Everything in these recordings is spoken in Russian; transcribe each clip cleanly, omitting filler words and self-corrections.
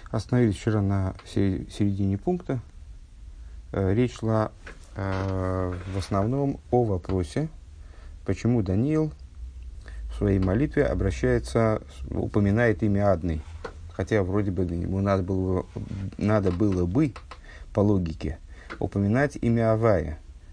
Остановились вчера на середине пункта. Речь шла в основном о вопросе, почему Даниил в своей молитве упоминает имя Адный. Хотя вроде бы ему надо было бы по логике упоминать имя Авая.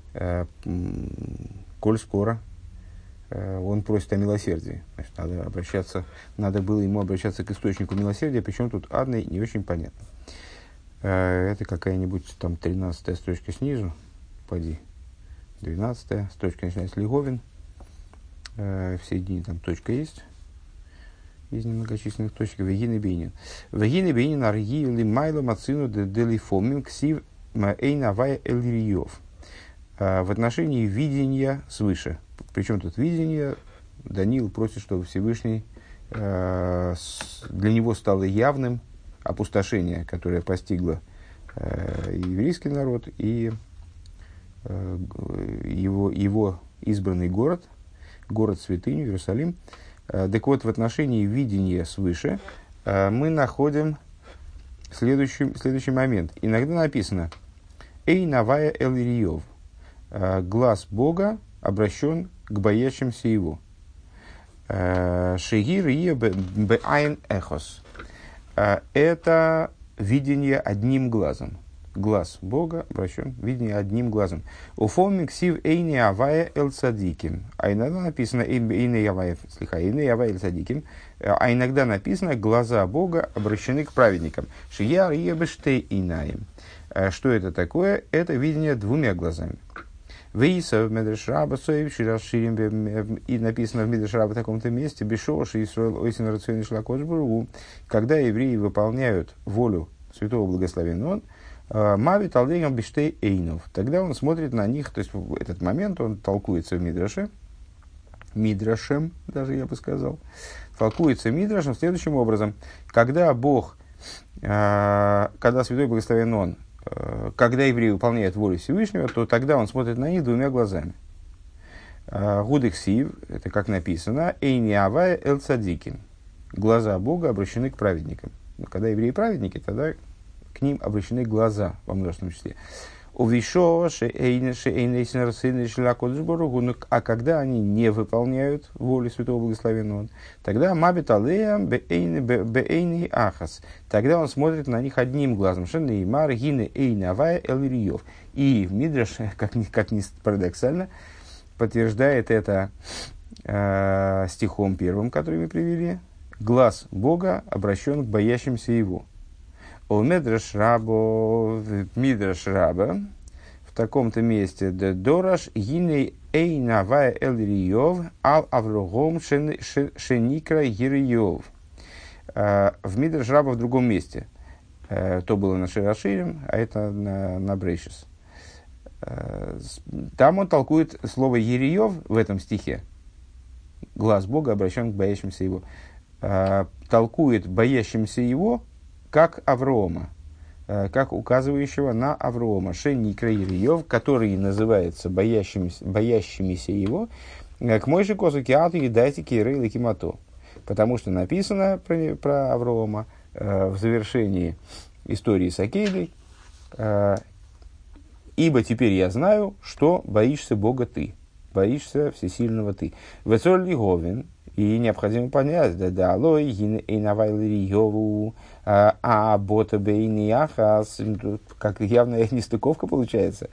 Коль скоро он просит о милосердии. Значит, надо было ему обращаться к источнику милосердия, причем тут Адный не очень понятно. Это какая-нибудь там 13-я строчка снизу, поди, 12-я строчка начинается Лиговин, в середине там точка есть, из немногочисленных точек, Вегины Бейнин. Вегины Бейнин арги или майло мацину делифомим ксив эйнавая эльриев. В отношении видения свыше. Причем тут видение, Даниил просит, чтобы Всевышний для него стало явным опустошение, которое постигло и еврейский народ, и его избранный город святыню, Иерусалим. Так вот, в отношении видения свыше мы находим следующий момент. Иногда написано «Эй навая эл Ириев» – глаз Бога обращен к боящимся его. «Шегир ие беайн эхос» – это видение одним глазом. Глаз Бога обращен, видение одним глазом. Уфомик сив эйни авая эл цадиким. А иногда написано эйни авая эл цадиким. А иногда написано глаза Бога обращены к праведникам. Шияр ебештей инаем. Что это такое? Это видение двумя глазами. Вейса в Медреш Раба соевши расширим, и написано в Медреш Раба в таком-то месте, бешоши Исроэл ойсен рационный шлакош буру, когда евреи выполняют волю святого благословенного он, Мави талдейгам биштей эйнов. Тогда он смотрит на них, то есть в этот момент он толкуется в Мидрашем, даже я бы сказал, толкуется Мидрашем следующим образом. Когда святой благословенный он, когда евреи выполняют волю Всевышнего, то тогда он смотрит на них двумя глазами. Гудексив, это как написано, эйни авая эл цадиким. Глаза Бога обращены к праведникам. Но когда евреи праведники, тогда к ним обращены глаза во множественном числе. А когда они не выполняют волю святого благословенного, тогда мабит алеям беэйни ахас. Тогда он смотрит на них одним глазом. Шенеймар гине эйнавая элириев. И в Мидраше, как ни парадоксально, подтверждает это стихом первым, который мы привели. Глаз Бога обращен к боящимся его. О Медреш Раба в таком-то месте Дораш гиней эйнавая эльриев ал аврогом шеникра гириев. В Медреш Раба в другом месте. То было на Широширим, а это на Брейшис. Там он толкует слово Ериев в этом стихе. Глаз Бога обращен к боящимся его. Толкует боящимся его как Аврома, как указывающего на Аврома, Шеникра Ириев, который называется боящимися его, к Мойше Косу Киату и дайте Кирейла Кимато. Потому что написано про Аврома в завершении истории с Акейлой, «Ибо теперь я знаю, что боишься Бога ты, боишься всесильного ты». Вецоль Лиговин, и необходимо понять, да, алой, и навайли йову, а бота бейни ахас, как явная нестыковка получается,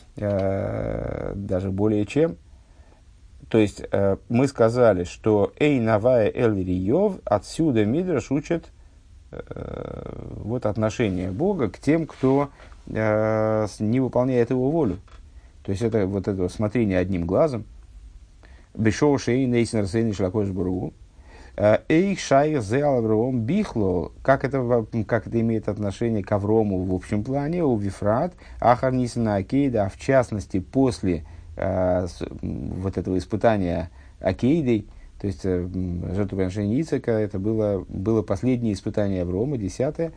даже более чем. То есть, мы сказали, что эй навая эль риев, отсюда Мидраш учит вот отношение Бога к тем, кто не выполняет его волю. То есть, это вот это смотрение одним глазом. Бешошей нейснер сейни шлакош буру. Эйх шайх зе алавром бихло. Как это имеет отношение к Аврому в общем плане? У Вифрат ахар нисена Акейда, в частности после вот этого испытания Акейдой, то есть жертвоприношение Ицхака, это было последнее испытание Аврома, 10-е,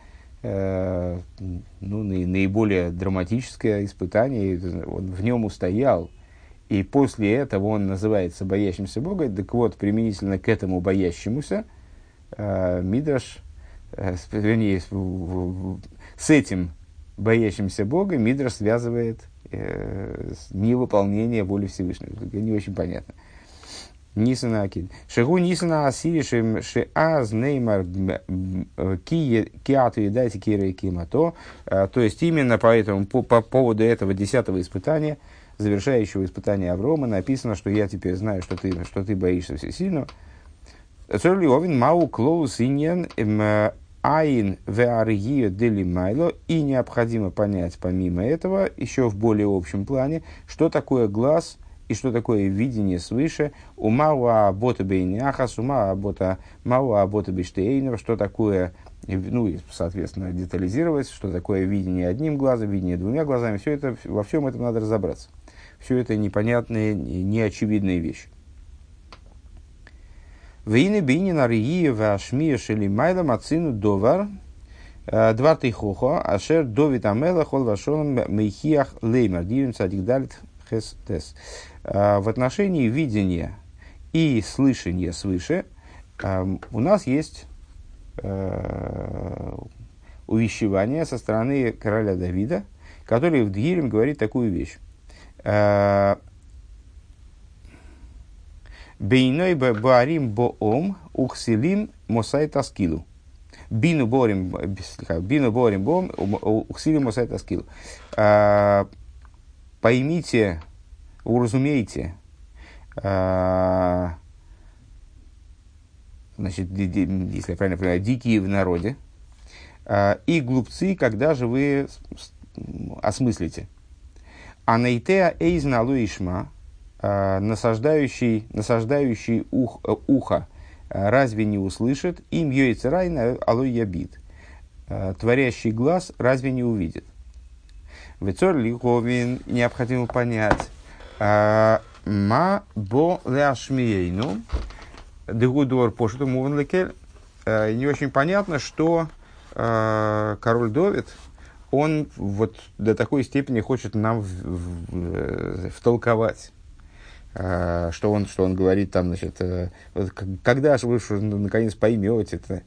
наиболее драматическое испытание, он в нем устоял. И после этого он называется боящимся Бога. Так вот, применительно к этому боящемуся, Мидраш вернее, с этим боящимся Бога Мидраш связывает невыполнение воли Всевышнего. Не очень понятно. Нисана Акид. Шигу Нисана Асири Шиаз Неймар Киату и дайте Кира и Кимато. То есть именно поэтому, по поводу этого 10-го испытания, завершающего испытания Аврома, написано, что я теперь знаю, что ты боишься всесильного. Цорлиовин Мау Клоус Иньян Айн Веаргия Дели Майло. И необходимо понять, помимо этого, еще в более общем плане, что такое глаз и что такое видение свыше, у мауа бота бейняхас, у мауа бота бештейнер, что такое, ну и, соответственно, детализировать, что такое видение одним глазом, видение двумя глазами, все это, во всем этом надо разобраться. Все это непонятные, неочевидные вещи. Вейны бейни нарии вашмия шели майла мацину довар двартый хохо ашер довит амела хол вашон мейхиах леймер дивим садик далит хестес. В отношении видения и слышания свыше у нас есть увещевание со стороны короля Давида, который в Дгилем говорит такую вещь. Бейной баарим боом ухсилим мосай таскилу. Бину борим боом ухсилим мосай таскилу. Поймите, уразумейте, значит, если я правильно понимаю, дикие в народе, и глупцы, когда же вы осмыслите. А нейтеа эйзна луишма, насаждающий ухо, разве не услышит, им йойцерайна алой ябит, творящий глаз разве не увидит. Вецор лиховин, необходимо понять, ма бо ляшмиейну, дегудор пошуту муван лекель. Не очень понятно, что король Довид, он вот до такой степени хочет нам втолковать. Что он говорит там, значит, когда же вы наконец поймете это,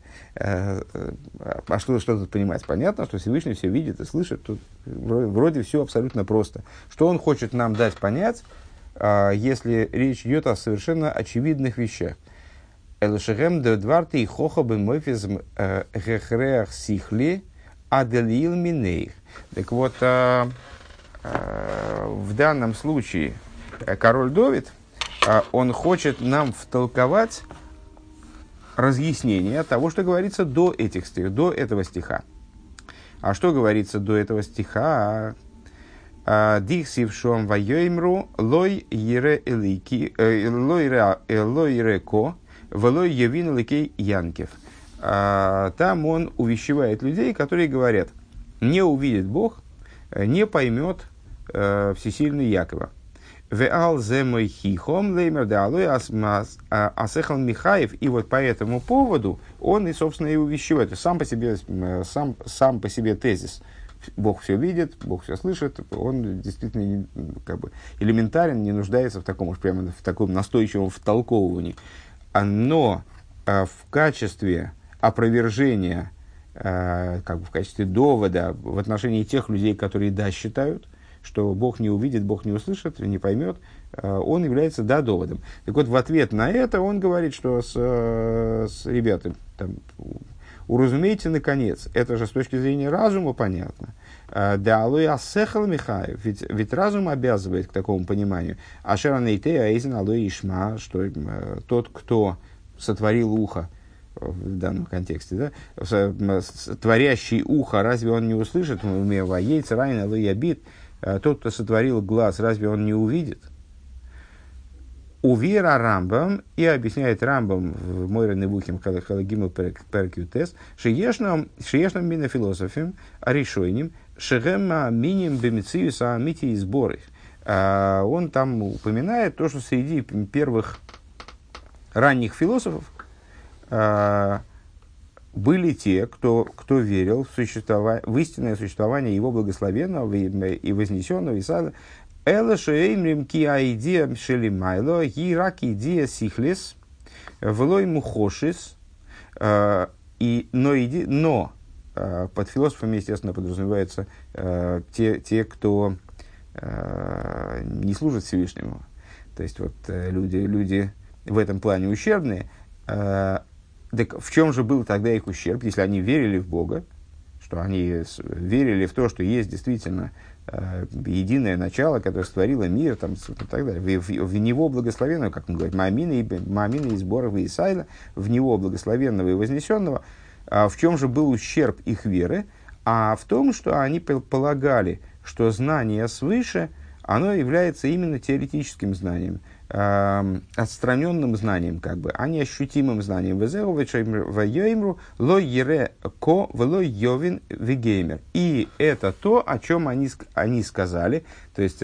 а что тут понимать? Понятно, что Всевышний все видит и слышит, тут вроде все абсолютно просто. Что он хочет нам дать понять, если речь идет о совершенно очевидных вещах? Элшехем де дварты хоха бы мойфизм гехреах сихли аделил минейх. Так вот, в данном случае король Довид, он хочет нам втолковать разъяснение того, что говорится до этого стиха. А что говорится до этого стиха? Дихсив шом вайоймру лой ере ко влой явин ликей янкев. Там он увещевает людей, которые говорят: не увидит Бог, не поймет всесильный Якова. Веал земой хихом леймер далой асехал Михаев. И вот по этому поводу он и, собственно, и увещевает. Сам по себе тезис. Бог все видит, Бог все слышит. Он действительно как бы элементарен, не нуждается в таком уж прямо в таком настойчивом втолковывании. Но в качестве опровержения, как бы в качестве довода в отношении тех людей, которые считают, что Бог не увидит, Бог не услышит, не поймет, он является доводом. Так вот, в ответ на это он говорит, что ребята, там, уразумейте, наконец, это же с точки зрения разума понятно. Да, алой асехал Михаев, ведь разум обязывает к такому пониманию. Ашера нейтея эйзен алой ишма, что тот, кто сотворил ухо, в данном контексте, творящий ухо, разве он не услышит? Яйца райна алой ябит. Тот, кто сотворил глаз, разве он не увидит? Увира Рамбам, и объясняет Рамбам в Мойре Невухим Халагиму Перкютес, шеешном мина философим, аришойним, шегема миним бемициуса амити и сборы. Он там упоминает то, что среди первых ранних философов были те, кто верил в истинное существование его благословенного и вознесенного Исаия. Эла шеэмрим ки аидия шелимайло гирак идия сихлес влой мухошис. Но под философами, естественно, подразумеваются те, кто не служат Всевышнему. То есть вот люди в этом плане ущербные. Так в чем же был тогда их ущерб, если они верили в Бога, что они верили в то, что есть действительно единое начало, которое створило мир, там, и так далее. В него благословенного, как он говорит, Маамина и сборов и Исайла, в него благословенного и вознесенного. В чем же был ущерб их веры? А в том, что они полагали, что знание свыше, оно является именно теоретическим знанием, отстраненным знанием, как бы, а не ощутимым знанием. И это то, о чем они сказали. То есть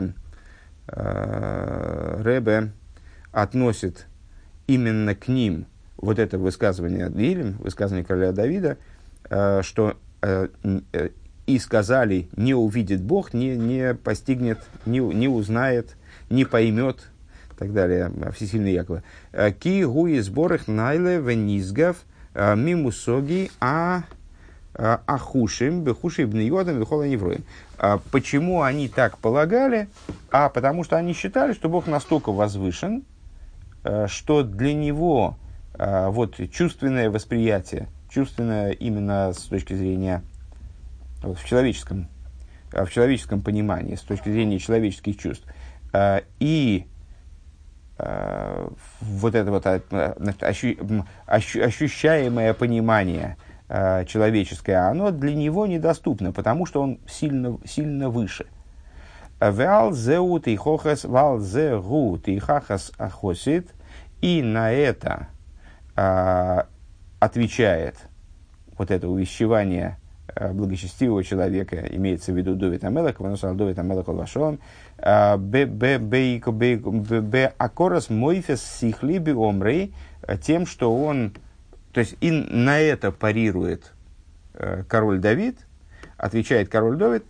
Ребе относит именно к ним вот это высказывание Адвилем, высказывание короля Давида, что и сказали, не увидит Бог, не постигнет, не узнает, не поймет, и так далее, всесильный Якова. Ки гуи сборах найле венизгав мимусоги ахушим бехуши бнеодам вихола невроем. Почему они так полагали? Потому что они считали, что Бог настолько возвышен, что для него вот чувственное восприятие, чувственное именно с точки зрения в человеческом понимании, с точки зрения человеческих чувств, и вот это вот ощущаемое понимание человеческое, оно для него недоступно, потому что он сильно, сильно выше. И на это отвечает вот это увещевание благочестивого человека, имеется в виду Довид Амелех, ванусал Довид Амелех Алвашом, акорас мойфес сихли би омрей, тем, что он, то есть и на это парирует король Давид, отвечает король Давид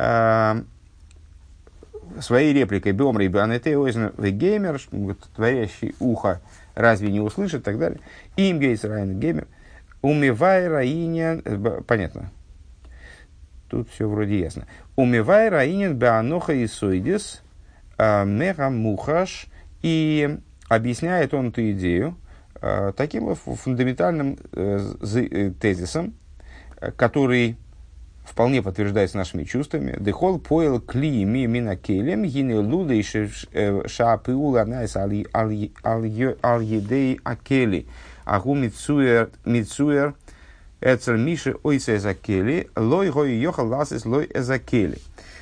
своей репликой би омрей би анете ойзен вегеймер, творящий ухо разве не услышит, и так далее. Им гейс райн геймер, умивай раиня, понятно. Тут все вроде ясно. Умивай раинин беаноха и сойдис мега мухаш. И объясняет он эту идею таким фундаментальным тезисом, который вполне подтверждается нашими чувствами. Дехол поел кли ми мина келем гине лудей шаапиула найс ал едей акели агу мицуэр Эцер Миши ойса эзакели, лой гой йохал ласис лой эзакели.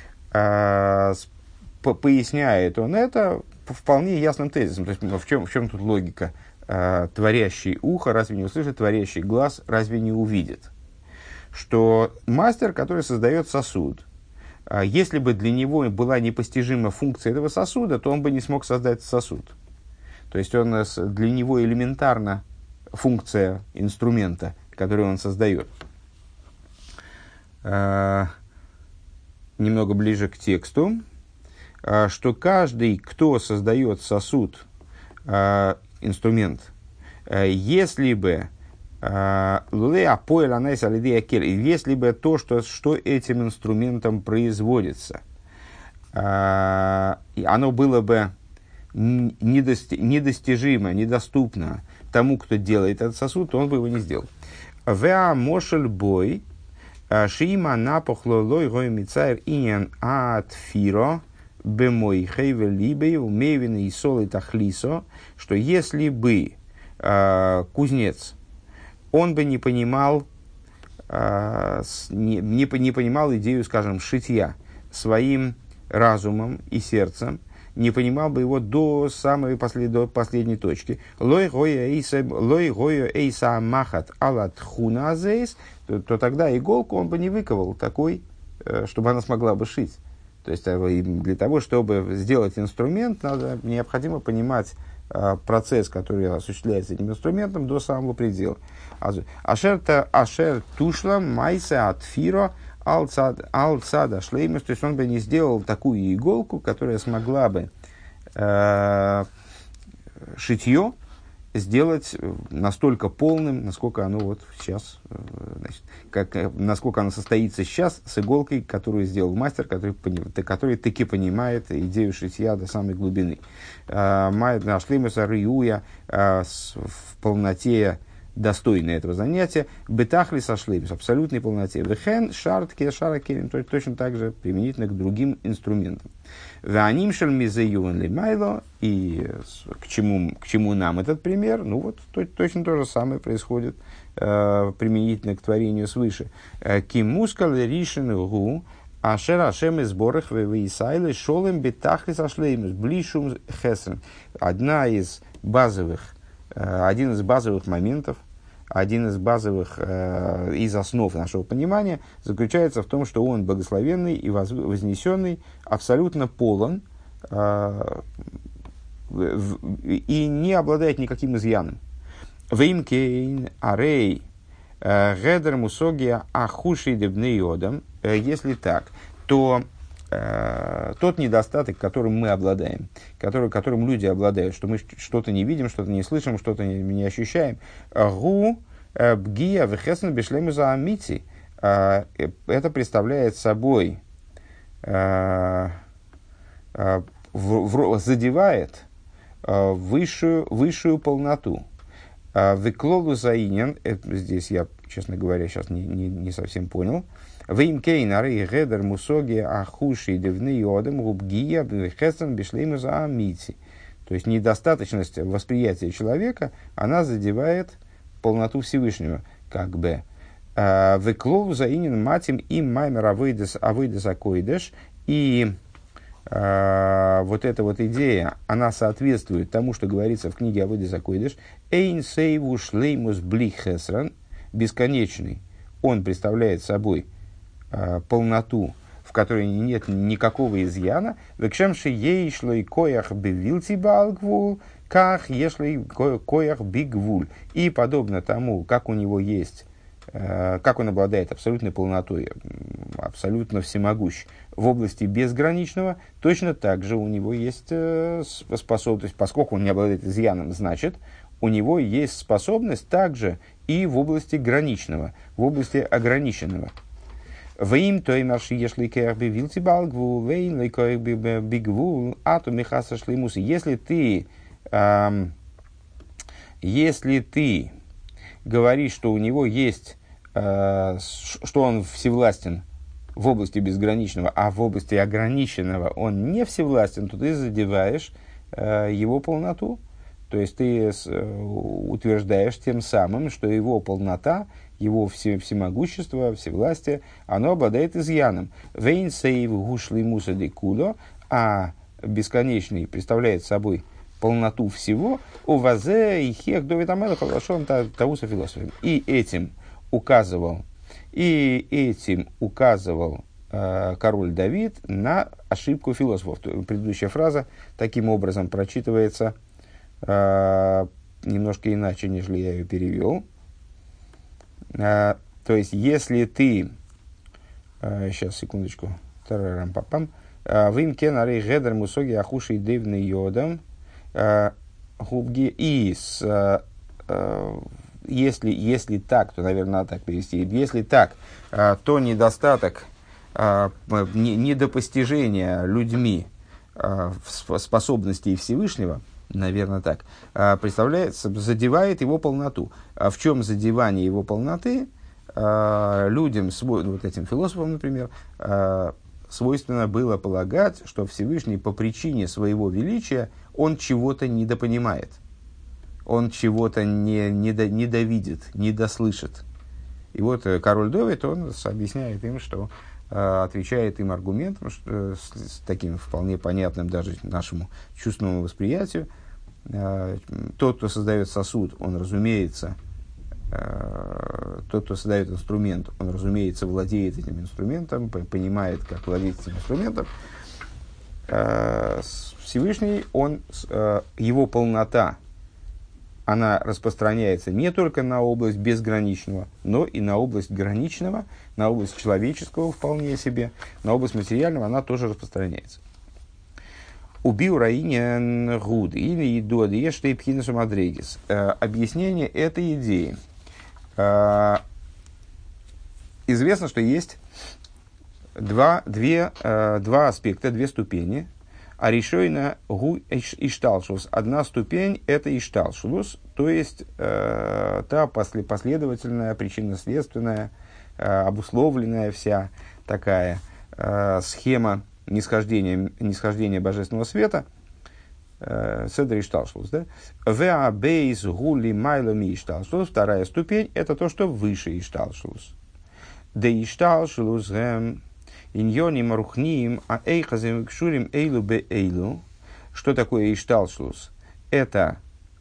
Поясняет он это вполне ясным тезисом. То есть, в чем тут логика? Творящий ухо разве не услышит, творящий глаз разве не увидит? Что мастер, который создает сосуд, если бы для него была непостижима функция этого сосуда, то он бы не смог создать сосуд. То есть, для него элементарна функция инструмента, который он создает. Немного ближе к тексту, что каждый, кто создает сосуд, инструмент, если бы если бы то, что этим инструментом производится, оно было бы недостижимо, недоступно тому, кто делает этот сосуд, то он бы его не сделал. Веа мошель бой, шиима напохло лой гой мицайр иньян атфиро бемой хейве либей умейвин и солы тахлисо, что если бы кузнец, он бы не понимал идею, скажем, шитья своим разумом и сердцем, не понимал бы его до самой последней точки. Лой гоя эйса махат алат хуназейс, то тогда иголку он бы не выковал такой, чтобы она смогла бы шить. То есть для того, чтобы сделать инструмент, необходимо понимать процесс, который осуществляется этим инструментом до самого предела. Ашер тушла майса атфиро алцада шлеймус, то есть он бы не сделал такую иголку, которая смогла бы шитье сделать настолько полным, насколько оно вот сейчас, насколько оно состоится сейчас с иголкой, которую сделал мастер, который таки понимает идею шитья до самой глубины. Нашлимуса риуя в полноте достойны этого занятия, бетахли сошлись в абсолютной полноте. Вехен шартки шаракелем, точно так же применительно к другим инструментам. Веанимшель мизеюн лимайло, и к чему нам этот пример? Ну вот точно то же самое происходит применительно к творению свыше. Кимускал ришен гу ашер ашем из борах веисайлы шолем бетахли сошлеймус блишум хесен. Один из базовых моментов, один из базовых из основ нашего понимания заключается в том, что он благословенный и вознесенный, абсолютно полон и не обладает никаким изъяном. Веймкейн арей гедер мусогия ахуши дебны йодам. Если так, то тот недостаток, которым мы обладаем, которым люди обладают, что мы что-то не видим, что-то не слышим, что-то не ощущаем, гу бгия вехесен бешлему за амити, это представляет собой, задевает высшую полноту. Веклолу заинен, здесь я, честно говоря, сейчас не совсем понял. Веймкейн арей гедер мусоги ахуши девны йодам губгия бхесен бишлейму за амити. То есть недостаточность восприятия человека, она задевает полноту Всевышнего, как бы. Веклол заинен матим им маймер авейдес акойдеш. И вот эта вот идея, она соответствует тому, что говорится в книге Авейдес акойдеш. Эйн сейву шлеймус бли хесран, бесконечный. Он представляет собой полноту, в которой нет никакого изъяна. Векшемши ейшлой коях бевилти балгвул, как ешлой коях бигвуль. И подобно тому, как у него есть, как он обладает абсолютной полнотой, абсолютно всемогущ в области безграничного, точно так же у него есть способность, поскольку он не обладает изъяном, значит, у него есть способность также и в области граничного, в области ограниченного. Вейм той марши ешли кех бивилти балгву, вейм лейкоих бигву, ату михаса шлеймус. Если ты говоришь, что у него есть, что он всевластен в области безграничного, а в области ограниченного он не всевластен, то ты задеваешь его полноту. То есть ты утверждаешь тем самым, что его полнота, его всемогущество, всевластие, оно обладает изъяном. Вейн сейв гушли мусади кудо, а бесконечный представляет собой полноту всего. У вазе и хех довид амела халашон тауса философием. И этим указывал король Давид на ошибку философов. Предыдущая фраза таким образом прочитывается немножко иначе, нежели я ее перевел. То есть, если ты... сейчас, секундочку. Тарарам-папам. Вим кен арей гедер мусоги ахуши девны йодам. Губги. И если так, то, наверное, надо так перевести. Если так, то недостаток, недопостижения людьми способностей Всевышнего, наверное, так, задевает его полноту. А в чем задевание его полноты? Людям, вот этим философам, например, свойственно было полагать, что Всевышний по причине своего величия, он чего-то недопонимает, он чего-то не довидит, не дослышит. И вот король Давид, он объясняет им, что отвечает им аргументом, что, с таким вполне понятным даже нашему чувственному восприятию. Тот, кто создает сосуд, он, разумеется, тот, кто создает инструмент, он, разумеется, владеет этим инструментом, понимает, как владеть этим инструментом. Всевышний, его полнота, она распространяется не только на область безграничного, но и на область граничного, на область человеческого вполне себе, на область материального она тоже распространяется. Убил раинен гуд или идод ешты пхинусу мадрегис. Объяснение этой идеи. Известно, что есть два аспекта, две ступени. А решойна гу ишталшус. Одна ступень – это ишталшус, то есть та последовательная, причинно-следственная, обусловленная вся такая схема нисхождения божественного света, седр ишталшус. Веа бейс гули майлами ишталшус. Вторая ступень – это то, что выше ишталшус. Де ишталшус иньоним рухниим а эйхазем кшурим эйлу бе эйлу. Что такое ишталшус? Это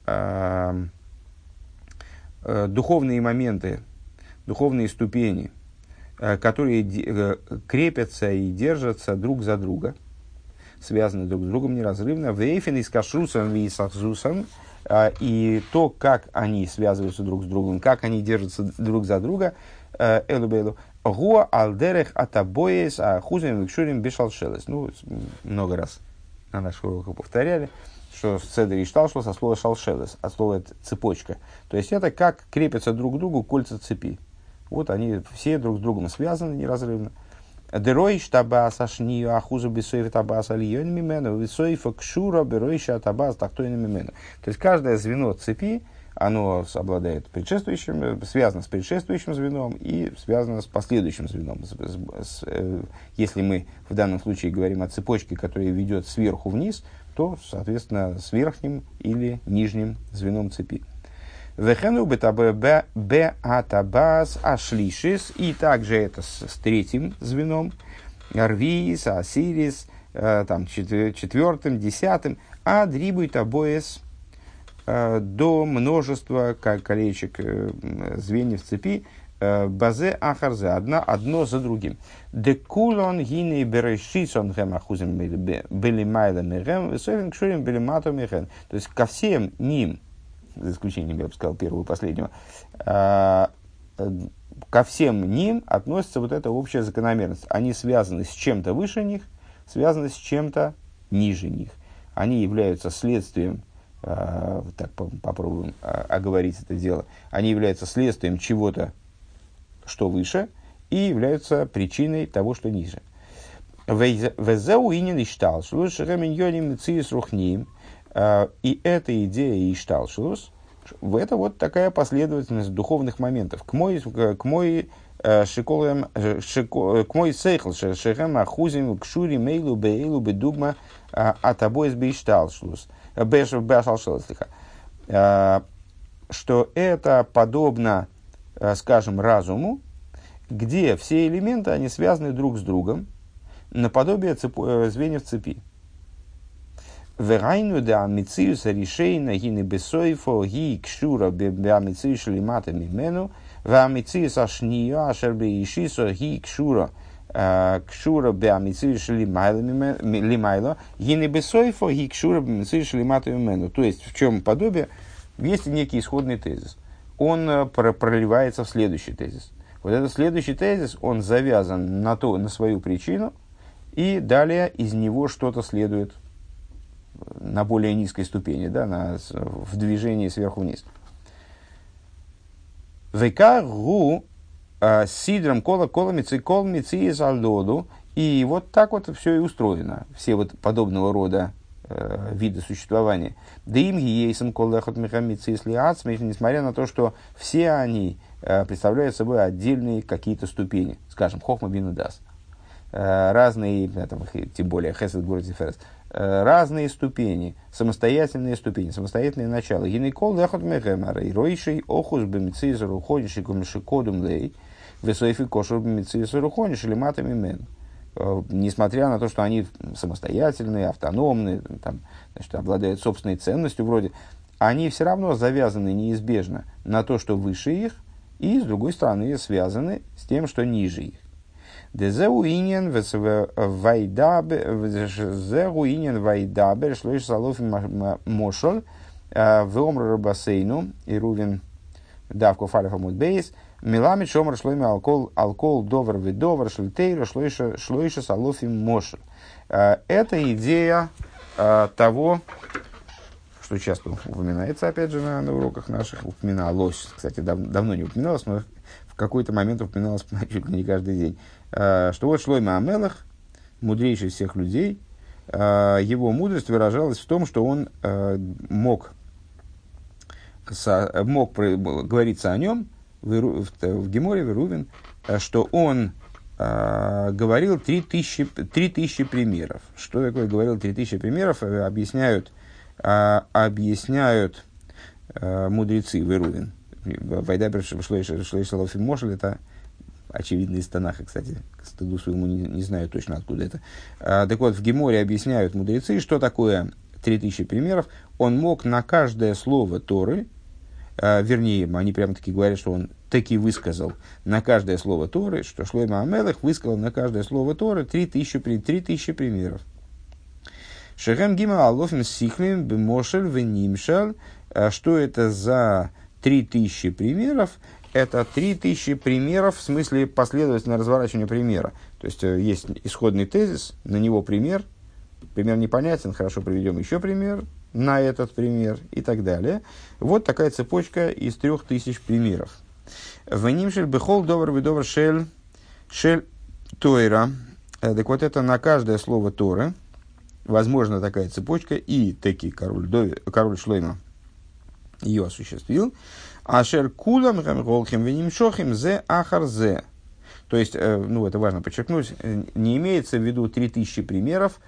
духовные моменты, духовные ступени, которые крепятся и держатся друг за друга, связаны друг с другом неразрывно. Вейфен из кашрусом висахзусом. И то, как они связываются друг с другом, как они держатся друг за друга, элу бе эйлу. Гуа алдерех атабоес ахузем викшурим бешалшелес. Ну, много раз на наших уроках повторяли, что седр ишталшус со слова шалшелес, от слова цепочка. То есть это как крепятся друг к другу кольца цепи. Вот они все друг с другом связаны неразрывно. Дерой штабас ашнию ахузу бесоев табас алион мимену висоев кшура беройша табас тахтойна мимену. То есть каждое звено цепи, оно обладает предшествующим, связано с предшествующим звеном и связано с последующим звеном. Если мы в данном случае говорим о цепочке, которая ведет сверху вниз, то, соответственно, с верхним или нижним звеном цепи. Вехену беатабас ашлишис, и также это с третьим звеном, арвиис, асирис, там, четвертым, десятым, а дрибует обоес до множества колечек, звеньев цепи, базе ахарзе, одно за другим. Декулон гиней берешисон гэм ахузем белимайла мегэм, высовен кшурим белимату мехэн. То есть ко всем ним, за исключением, я бы сказал, первого и последнего, ко всем ним относится вот эта общая закономерность. Они связаны с чем-то выше них, связаны с чем-то ниже них. Они являются следствием, так попробуем оговорить это дело, они являются следствием чего-то, что выше, и являются причиной того, что ниже. И эта идея ишталшус, это вот такая последовательность духовных моментов. К мой сейхл шехем ахузим кшури мейлу бейлу бедугма атабоис бейшталшус. Что это подобно, скажем, разуму, где все элементы, они связаны друг с другом, наподобие звеньев цепи. Верайну да амициуса решейна гины бесойфо ги кшура беамициус лимата мимену, вамициус ашния ашербе ишисо ги кшура кшура беамициус лимайло, гины бесойфо ги кшура беамициус лимата мимену. То есть, в чем подобие? Есть некий исходный тезис. Он проливается в следующий тезис. Вот этот следующий тезис, он завязан на свою причину, и далее из него что-то следует на более низкой ступени, да, в движении сверху вниз. Векаргу сидром кола мици залдоду. И вот так вот все и устроено. Все вот подобного рода виды существования. Да им ейсом коллехот мехамици несмотря на то, что все они представляют собой отдельные какие-то ступени. Скажем, хохма бин дас. Разные, тем более хесед гурат тиферес, разные ступени, самостоятельные начала. Гинекол лехот мехемара и ройший охус бемицизеру ходишь и комишикодум лей весойфи кошер бемицизеру ходишь или матами мен. Несмотря на то, что они самостоятельные, автономные, там, значит, обладают собственной ценностью вроде, они все равно завязаны неизбежно на то, что выше их, и, с другой стороны, связаны с тем, что ниже их. Дезеуинен вайдабер шлоиш салофим мошоль веомр рабасейну и рувин давку фалифа мудбейс миламит шомр шлойми алкол довар ведовар шлитейра шлоиша салофим мошоль. Эта идея того, что часто упоминается, опять же, на уроках наших, упоминалось, кстати, давно не упоминалось, но в какой-то момент упоминалось чуть ли не каждый день, что вот Шлоймо ха-Мелех, мудрейший всех людей, его мудрость выражалась в том, что он мог говориться о нем в Геморе, в Рувин, что он говорил 3000 примеров. Что такое говорил 3000 примеров, объясняют мудрецы в Ирувин. Вайдабер Шлейшалофим Мошель, это очевидно из Танаха, кстати, к стыду своему не знаю точно, откуда это. Так вот, в Геморе объясняют мудрецы, что такое 3000 примеров. Он мог на каждое слово Торы, вернее, они прямо-таки говорят, что он таки высказал на каждое слово Торы, что Шлоймо ха-Мелех высказал на каждое слово Торы 3000 примеров. Шехем гима алофим сихлим бемошель венимшаль. Что это за 3000 примеров? Это 3000 примеров в смысле последовательного разворачивания примера. То есть, есть исходный тезис, на него пример непонятен, хорошо, приведем еще пример, на этот пример и так далее. Вот такая цепочка из 3000 примеров. Венимшель бехол довар ведовар шель тойра. Так вот, это на каждое слово Торы. Возможно, такая цепочка, и таки король Шлоймо ее осуществил. Ашер кулам голхим венимшохим зе ахар зе. То есть, это важно подчеркнуть, не имеется в виду 3000 примеров.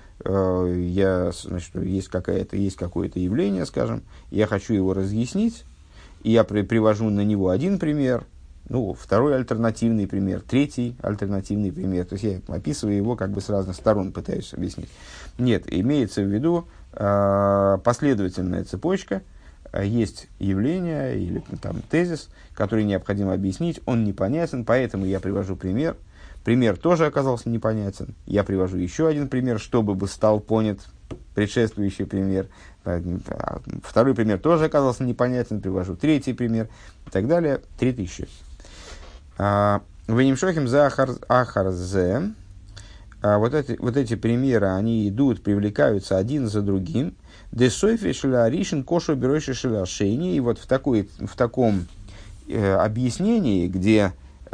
Есть какое-то явление, скажем, я хочу его разъяснить, и я привожу на него один пример, второй альтернативный пример, третий альтернативный пример. То есть, я описываю его как бы с разных сторон, пытаюсь объяснить. Нет, имеется в виду последовательная цепочка. Есть явление или тезис, который необходимо объяснить, он непонятен, поэтому я привожу пример. Пример тоже оказался непонятен. Я привожу еще один пример, чтобы стал понят предшествующий пример. Второй пример тоже оказался непонятен, привожу третий пример и так далее. 3000. Венимшохим за ахарзе. Вот эти примеры, они идут, привлекаются один за другим. Десойфи шеляришин кошу беройши шеляршейни. И вот в таком объяснении, где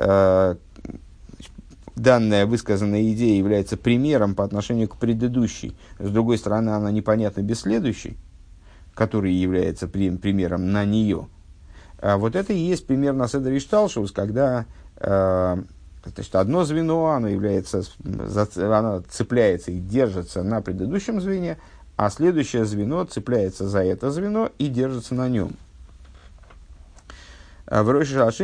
данная высказанная идея является примером по отношению к предыдущей, с другой стороны, она непонятна без следующей, который является примером на нее. Вот это и есть пример на Седер Ишталшус, когда одно звено, оно цепляется и держится на предыдущем звене, а следующее звено цепляется за это звено и держится на нем. То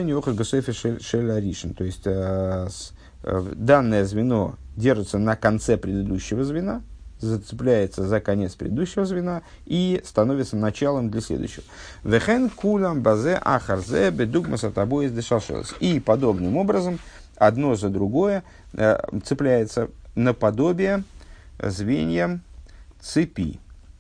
есть, данное звено держится на конце предыдущего звена, зацепляется за конец предыдущего звена и становится началом для следующего. И подобным образом одно за другое цепляется наподобие звеньям цепи.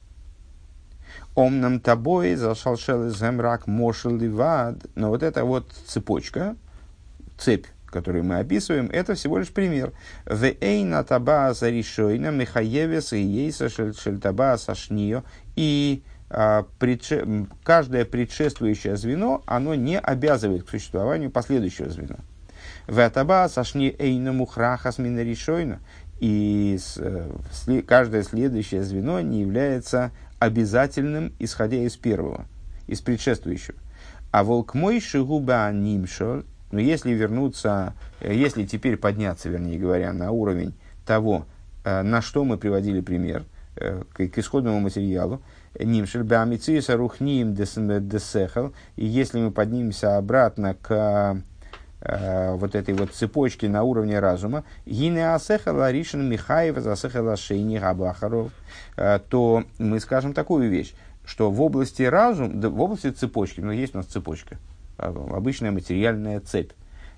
Омнам тобой зашалшел из гемрак мошел ливад. Но вот эта вот цепочка, цепь, которую мы описываем, это всего лишь пример. Вейна таба заришойна михаевес и ейса шельтаба сашнио. И каждое предшествующее звено, оно не обязывает к существованию последующего звена. Ватаба сашни эйна мухрахас минаришойна. И каждое следующее звено не является обязательным, исходя из первого, из предшествующего. А волк мой шигуба нимшол. Но если теперь подняться, вернее говоря, на уровень того, на что мы приводили пример, к исходному материалу, нимшель беамициса рухним десехал, и если мы поднимемся обратно к вот этой вот цепочке на уровне разума, гине асехала ришен михаева засехала шейни габахаров, то мы скажем такую вещь, что в области разума, в области цепочки, есть у нас цепочка, обычная материальная цепь.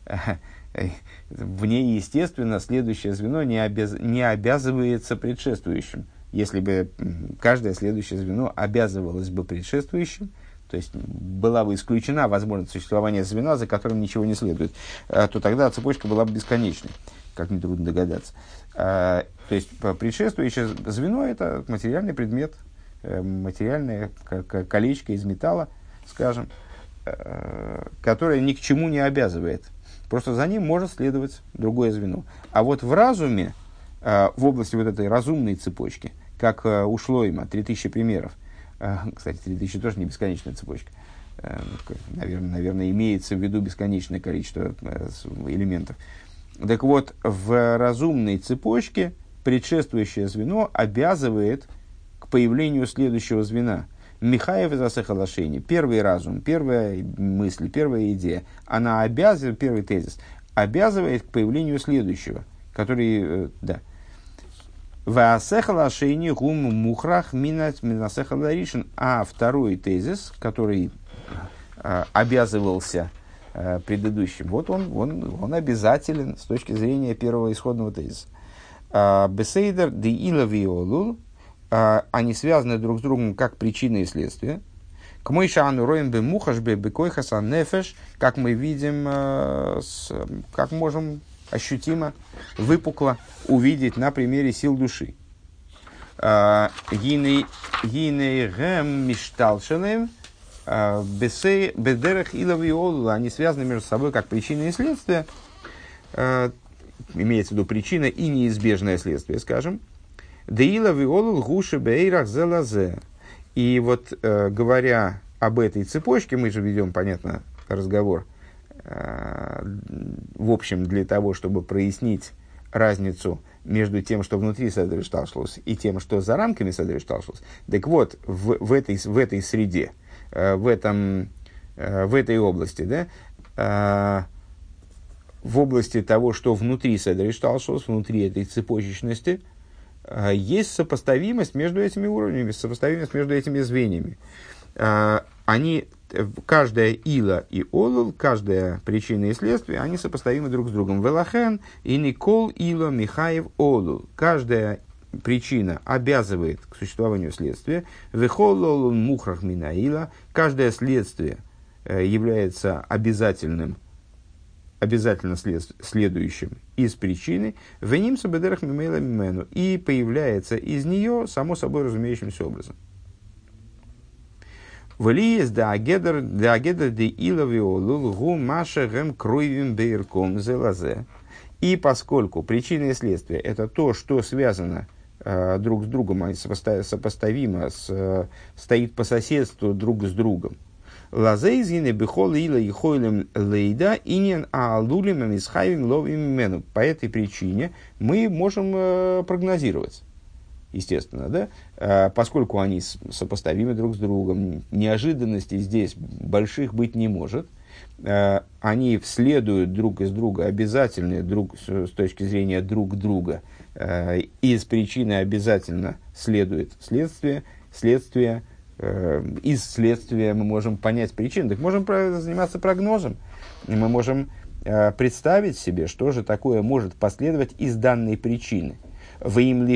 В ней, естественно, следующее звено не обязывается предшествующим. Если бы каждое следующее звено обязывалось бы предшествующим, то есть была бы исключена возможность существования звена, за которым ничего не следует, то тогда цепочка была бы бесконечной. как нетрудно догадаться. То есть предшествующее звено – это материальный предмет, материальное колечко из металла, скажем, которое ни к чему не обязывает. Просто за ним может следовать другое звено. А вот в разуме, в области вот этой разумной цепочки, как у Шлойма, 3000 примеров, кстати, 3000 тоже не бесконечная цепочка, наверное, имеется в виду бесконечное количество элементов. Так вот, в разумной цепочке предшествующее звено обязывает к появлению следующего звена. Михаев из Асехалашени. Первый разум, первая мысль, первая идея, она обязывает, первый тезис, обязывает к появлению следующего, который, да. Ваасехалашени гум мухрах минасехаларишин. А второй тезис, который обязывался предыдущим, вот он обязателен с точки зрения первого исходного тезиса. Бесейдер де илавиолул. Они связаны друг с другом как причина и следствие. К мойшану роем бе мухаш бе бекойхаса нефеш, как мы видим, как можем ощутимо, выпукло увидеть на примере сил души. Гиней гэм мишталшелем бедерах илавиолу. Они связаны между собой как причина и следствие. Имеется в виду причина и неизбежное следствие, скажем. И вот, говоря об этой цепочке, мы же ведем, понятно, разговор, в общем, для того, чтобы прояснить разницу между тем, что внутри Седер Шталшлус, и тем, что за рамками Седер Шталшлус. Так вот, в этой среде, в этой области, да, в области того, что внутри Седер Шталшлус, внутри этой цепочечности, есть сопоставимость между этими уровнями, сопоставимость между этими звеньями. Они, каждая ила и олул, каждая причина и следствие, они сопоставимы друг с другом. Велахен и никол ила михаев олул. Каждая причина обязывает к существованию следствия. Вехол олул мухрах минаила. Каждое следствие является обязательно следующим из причины, венимса бедерах мимейла мимену, и появляется из нее само собой разумеющимся образом. Валиес да агедер де илавиолул гу маша гэм круевим бейрком зелазе. И поскольку причина и следствие – это то, что связано друг с другом, сопоставимо, стоит по соседству друг с другом, лазейзгины бихол ила и хойлем лейда инен аалулим мисхайвим ловим мену. По этой причине мы можем прогнозировать, естественно, да, поскольку они сопоставимы друг с другом, неожиданностей здесь больших быть не может, они следуют друг из друга, обязательны друг, с точки зрения друг друга, из причины обязательно следует следствие, из следствия мы можем понять причину, так можем заниматься прогнозом, и мы можем представить себе, что же такое может последовать из данной причины. Если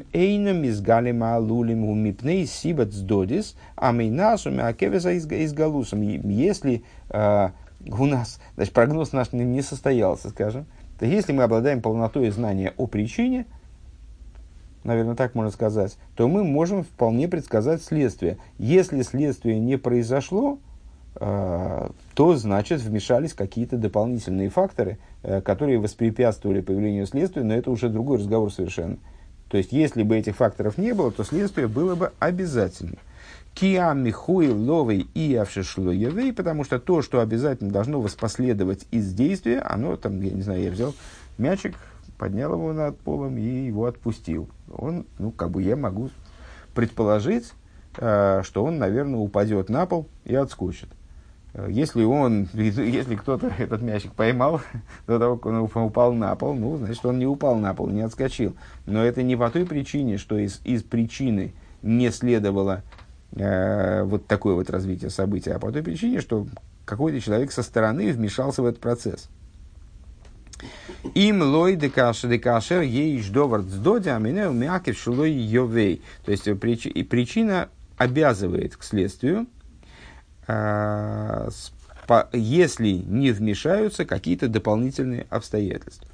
у нас, значит, прогноз наш не состоялся, скажем, то если мы обладаем полнотой знания о причине, наверное, так можно сказать, то мы можем вполне предсказать следствие. Если следствие не произошло, то, значит, вмешались какие-то дополнительные факторы, которые воспрепятствовали появлению следствия, но это уже другой разговор совершенно. То есть, если бы этих факторов не было, то следствие было бы обязательно. Киа михуи ловый и авшишлоевей, потому что то, что обязательно должно воспоследовать из действия, оно там, я не знаю, я взял мячик, поднял его над полом и его отпустил. Он, я могу предположить, что он, наверное, упадет на пол и отскочит. Если кто-то этот мячик поймал до того, как он упал на пол, значит, он не упал на пол, не отскочил. Но это не по той причине, что из причины не следовало вот такое вот развитие события, а по той причине, что какой-то человек со стороны вмешался в этот процесс. Им лой декашер ей ждовард сдоди, а меня умякив шилой йовей. То есть причина обязывает к следствию, если не вмешаются какие-то дополнительные обстоятельства.